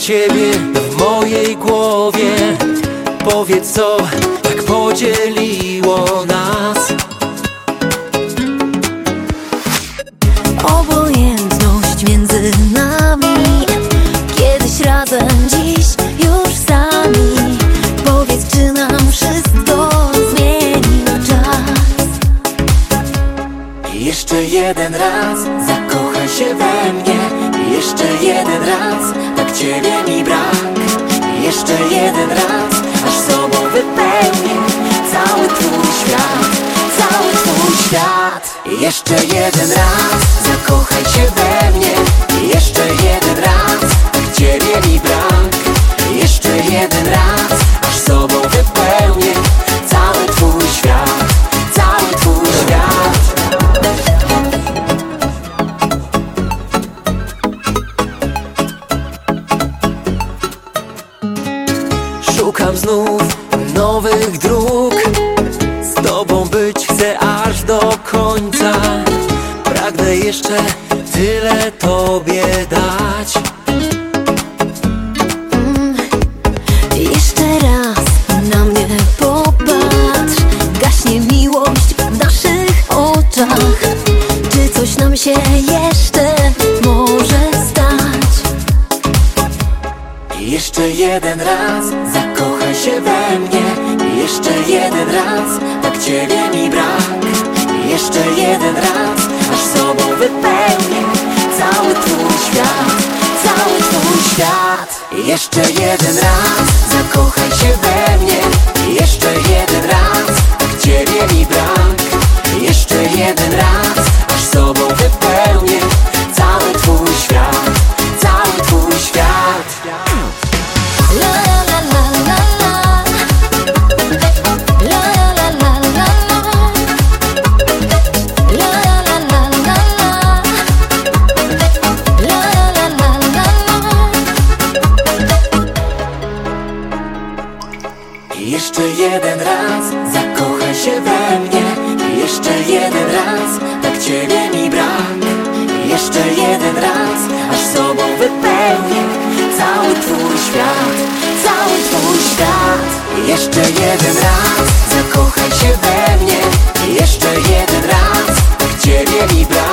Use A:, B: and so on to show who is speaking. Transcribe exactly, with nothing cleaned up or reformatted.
A: ciebie w mojej głowie. Powiedz, co tak podzieliło nas.
B: Obojętność między nami, kiedyś razem, dziś już sami. Powiedz, czy nam wszystko zmienił czas.
A: Jeszcze jeden raz zakochaj się we mnie. Jeszcze jeden raz, tak ciebie mi brak. Jeszcze jeden raz, aż sobą wypełnię cały twój świat, cały twój świat. Jeszcze jeden raz zakochaj się we mnie. Jeszcze jeden raz, tak ciebie mi brak. Jeszcze jeden raz, aż sobą wypełnię cały twój świat, cały twój świat. Szukam znów nowych dróg, z tobą być chcę aż do końca. Pragnę jeszcze tyle tobie dać.
B: mm, Jeszcze raz na mnie popatrz. Gaśnie miłość w naszych oczach. Czy coś nam się jeszcze może stać?
A: Jeszcze jeden raz zakochaj się we mnie. Jeszcze jeden raz, tak ciebie mi brak. Jeszcze jeden raz, aż sobą wypełnię cały twój świat, cały twój świat. Jeszcze jeden raz zakochaj się we mnie. Jeszcze jeden raz, tak ciebie mi brak. Jeszcze jeden raz, aż sobą wypełnię cały twój świat, cały twój świat.
B: La la la la la. La la la la la. La la la la la. La la la la la.
A: Jeszcze jeden raz zakochaj się we mnie. Jeszcze jeden raz, tak ciebie mi brak. Jeszcze jeden raz, aż sobą wypełnię cały twój świat, cały twój świat. Jeszcze jeden raz zakochaj się we mnie. Jeszcze jeden raz, tak ciebie mi brak.